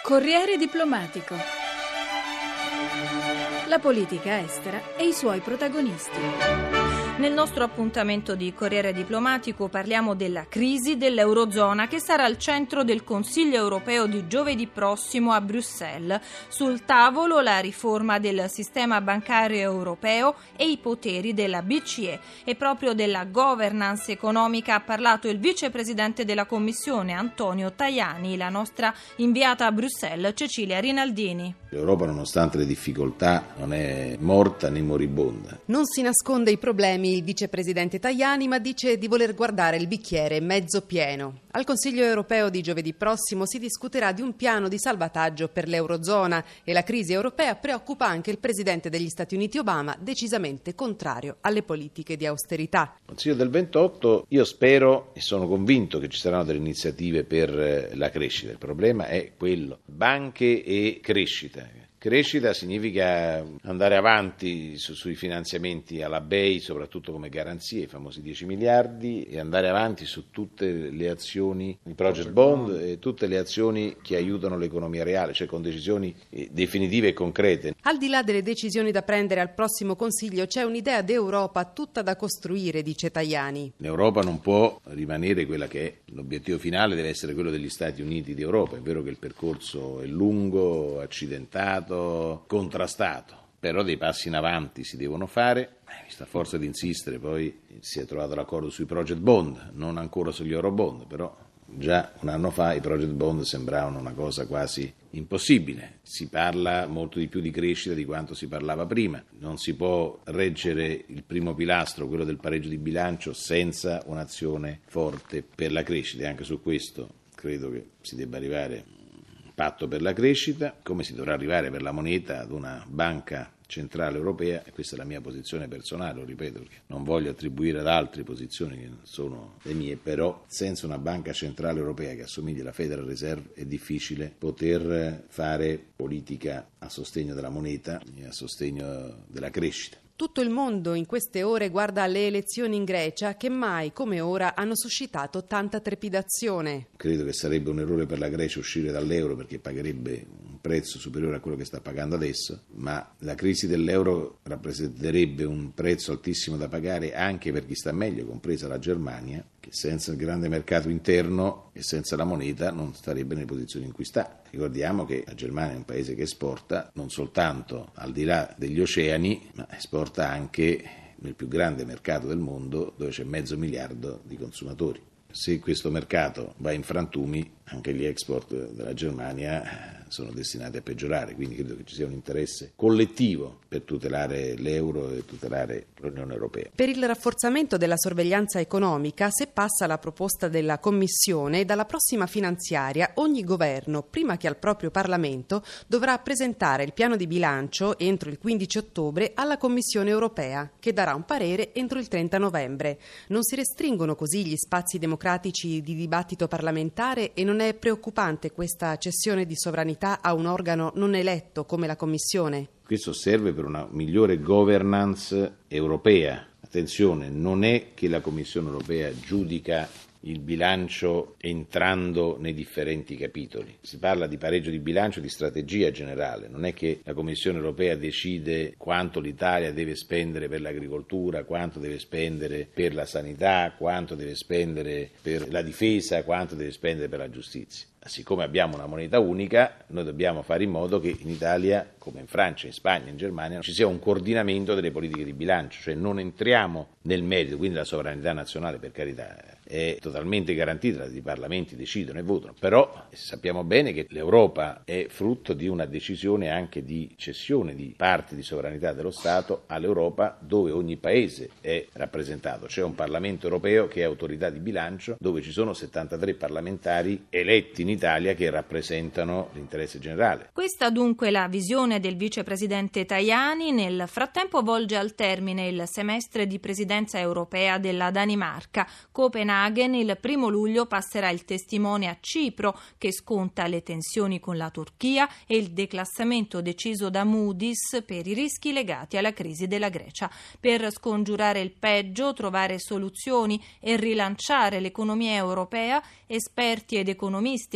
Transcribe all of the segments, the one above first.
Corriere diplomatico. La politica estera e i suoi protagonisti. Nel nostro appuntamento di Corriere Diplomatico parliamo della crisi dell'Eurozona che sarà al centro del Consiglio europeo di giovedì prossimo a Bruxelles. Sul tavolo la riforma del sistema bancario europeo e i poteri della BCE. E proprio della governance economica ha parlato il vicepresidente della Commissione Antonio Tajani, la nostra inviata a Bruxelles Cecilia Rinaldini. L'Europa, nonostante le difficoltà, non è morta né moribonda. Non si nasconde i problemi il vicepresidente Tajani, ma dice di voler guardare il bicchiere mezzo pieno. Al Consiglio europeo di giovedì prossimo si discuterà di un piano di salvataggio per l'Eurozona e la crisi europea preoccupa anche il presidente degli Stati Uniti Obama, decisamente contrario alle politiche di austerità. Consiglio del 28, io spero e sono convinto che ci saranno delle iniziative per la crescita. Il problema è quello, banche e crescita. Crescita significa andare avanti sui finanziamenti alla BEI, soprattutto come garanzie, i famosi 10 miliardi, e andare avanti su tutte le azioni, i project bond e tutte le azioni che aiutano l'economia reale, cioè con decisioni definitive e concrete. Al di là delle decisioni da prendere al prossimo Consiglio, c'è un'idea d'Europa tutta da costruire, dice Tajani. L'Europa non può rimanere quella che è. L'obiettivo finale deve essere quello degli Stati Uniti d'Europa. È vero che il percorso è lungo, accidentato, contrastato, però dei passi in avanti si devono fare. A forza di insistere poi si è trovato l'accordo sui project bond, non ancora sugli euro bond, però già un anno fa i project bond sembravano una cosa quasi impossibile. Si parla molto di più di crescita di quanto si parlava prima. Non si può reggere il primo pilastro, quello del pareggio di bilancio, senza un'azione forte per la crescita, e anche su questo credo che si debba arrivare patto per la crescita, come si dovrà arrivare per la moneta ad una banca centrale europea, e questa è la mia posizione personale, lo ripeto, perché non voglio attribuire ad altri posizioni che non sono le mie, però senza una banca centrale europea che assomigli alla Federal Reserve è difficile poter fare politica a sostegno della moneta e a sostegno della crescita. Tutto il mondo in queste ore guarda alle elezioni in Grecia che mai come ora hanno suscitato tanta trepidazione. Credo che sarebbe un errore per la Grecia uscire dall'euro, perché pagherebbe un prezzo superiore a quello che sta pagando adesso, ma la crisi dell'euro rappresenterebbe un prezzo altissimo da pagare anche per chi sta meglio, compresa la Germania, che senza il grande mercato interno e senza la moneta non starebbe nelle posizioni in cui sta. Ricordiamo che la Germania è un paese che esporta non soltanto al di là degli oceani, ma esporta anche nel più grande mercato del mondo, dove c'è 500 milioni di consumatori. Se questo mercato va in frantumi, anche gli export della Germania sono destinati a peggiorare, quindi credo che ci sia un interesse collettivo per tutelare l'euro e tutelare l'Unione Europea. Per il rafforzamento della sorveglianza economica, se passa la proposta della Commissione, dalla prossima finanziaria ogni governo, prima che al proprio Parlamento, dovrà presentare il piano di bilancio entro il 15 ottobre alla Commissione Europea, che darà un parere entro il 30 novembre. Non si restringono così gli spazi democratici di dibattito parlamentare e non è preoccupante questa cessione di sovranità a un organo non eletto come la Commissione? Questo serve per una migliore governance europea. Attenzione, non è che la Commissione europea giudica il bilancio entrando nei differenti capitoli. Si parla di pareggio di bilancio, di strategia generale. Non è che la Commissione europea decide quanto l'Italia deve spendere per l'agricoltura, quanto deve spendere per la sanità, quanto deve spendere per la difesa, quanto deve spendere per la giustizia. Siccome abbiamo una moneta unica, noi dobbiamo fare in modo che in Italia, come in Francia, in Spagna, in Germania, ci sia un coordinamento delle politiche di bilancio, cioè non entriamo nel merito, quindi la sovranità nazionale, per carità, è totalmente garantita, i parlamenti decidono e votano, però sappiamo bene che l'Europa è frutto di una decisione anche di cessione di parti di sovranità dello Stato all'Europa, dove ogni paese è rappresentato. C'è un Parlamento europeo che è autorità di bilancio, dove ci sono 73 parlamentari eletti in Italia che rappresentano l'interesse generale. Questa dunque la visione del vicepresidente Tajani. Nel frattempo volge al termine il semestre di presidenza europea della Danimarca. Copenaghen il 1 luglio passerà il testimone a Cipro, che sconta le tensioni con la Turchia e il declassamento deciso da Moody's per i rischi legati alla crisi della Grecia. Per scongiurare il peggio, trovare soluzioni e rilanciare l'economia europea, esperti ed economisti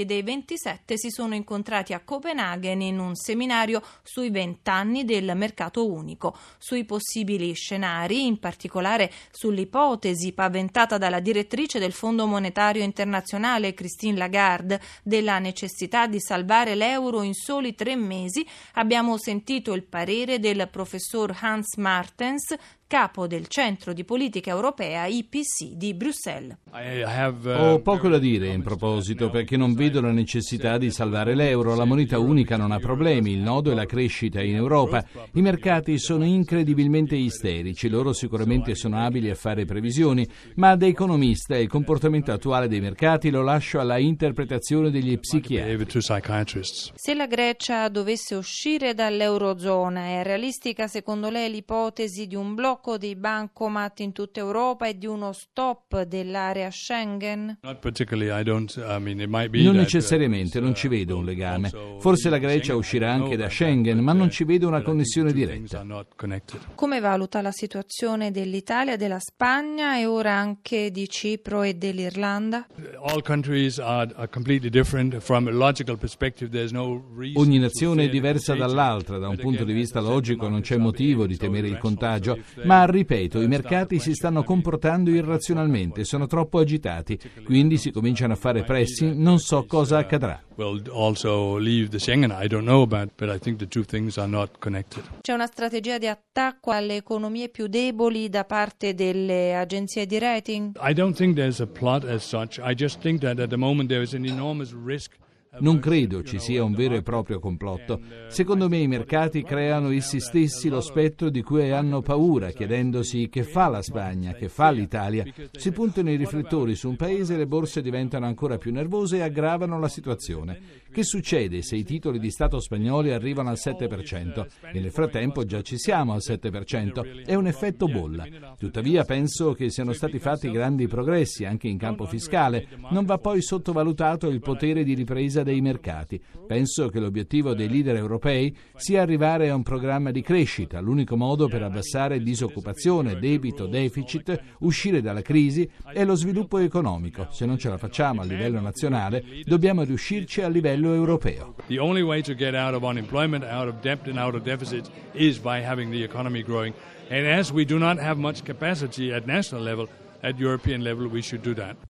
capi dei 27 si sono incontrati a Copenaghen in un seminario sui 20 anni del mercato unico, sui possibili scenari, in particolare sull'ipotesi paventata dalla direttrice del Fondo Monetario Internazionale Christine Lagarde della necessità di salvare l'euro in soli 3 mesi. Abbiamo sentito il parere del professor Hans Martens, capo del Centro di Politica Europea IPC di Bruxelles. Ho poco da dire in proposito, perché non vedo la necessità di salvare l'euro. La moneta unica non ha problemi, il nodo è la crescita in Europa. I mercati sono incredibilmente isterici, loro sicuramente sono abili a fare previsioni, ma da economista il comportamento attuale dei mercati lo lascio alla interpretazione degli psichiatri. Se la Grecia dovesse uscire dall'eurozona, è realistica secondo lei l'ipotesi di un blocco dei bancomat in tutta Europa e di uno stop dell'area Schengen? Non necessariamente, non ci vedo un legame. Forse la Grecia uscirà anche da Schengen, ma non ci vedo una connessione diretta. Come valuta la situazione dell'Italia, della Spagna e ora anche di Cipro e dell'Irlanda? Ogni nazione è diversa dall'altra, da un punto di vista logico non c'è motivo di temere il contagio, ma ripeto, i mercati si stanno comportando irrazionalmente, sono troppo agitati, quindi si cominciano a fare pressing, non so cosa accadrà. C'è una strategia di attacco alle economie più deboli da parte delle agenzie di rating? Non credo ci sia un vero e proprio complotto. Secondo me i mercati creano essi stessi lo spettro di cui hanno paura, chiedendosi che fa la Spagna, che fa l'Italia. Si puntano i riflettori su un paese e le borse diventano ancora più nervose e aggravano la situazione. Che succede se i titoli di Stato spagnoli arrivano al 7%? E nel frattempo già ci siamo al 7%. È un effetto bolla. Tuttavia penso che siano stati fatti grandi progressi anche in campo fiscale. Non va poi sottovalutato il potere di ripresa dei mercati. Penso che l'obiettivo dei leader europei sia arrivare a un programma di crescita, l'unico modo per abbassare disoccupazione, debito, deficit, uscire dalla crisi è lo sviluppo economico. Se non ce la facciamo a livello nazionale, dobbiamo riuscirci a livello europeo. The only way to get out of unemployment, out of debt and out of deficits is by having the economy growing. And as we do not have much capacity at national level, at European level we should do that.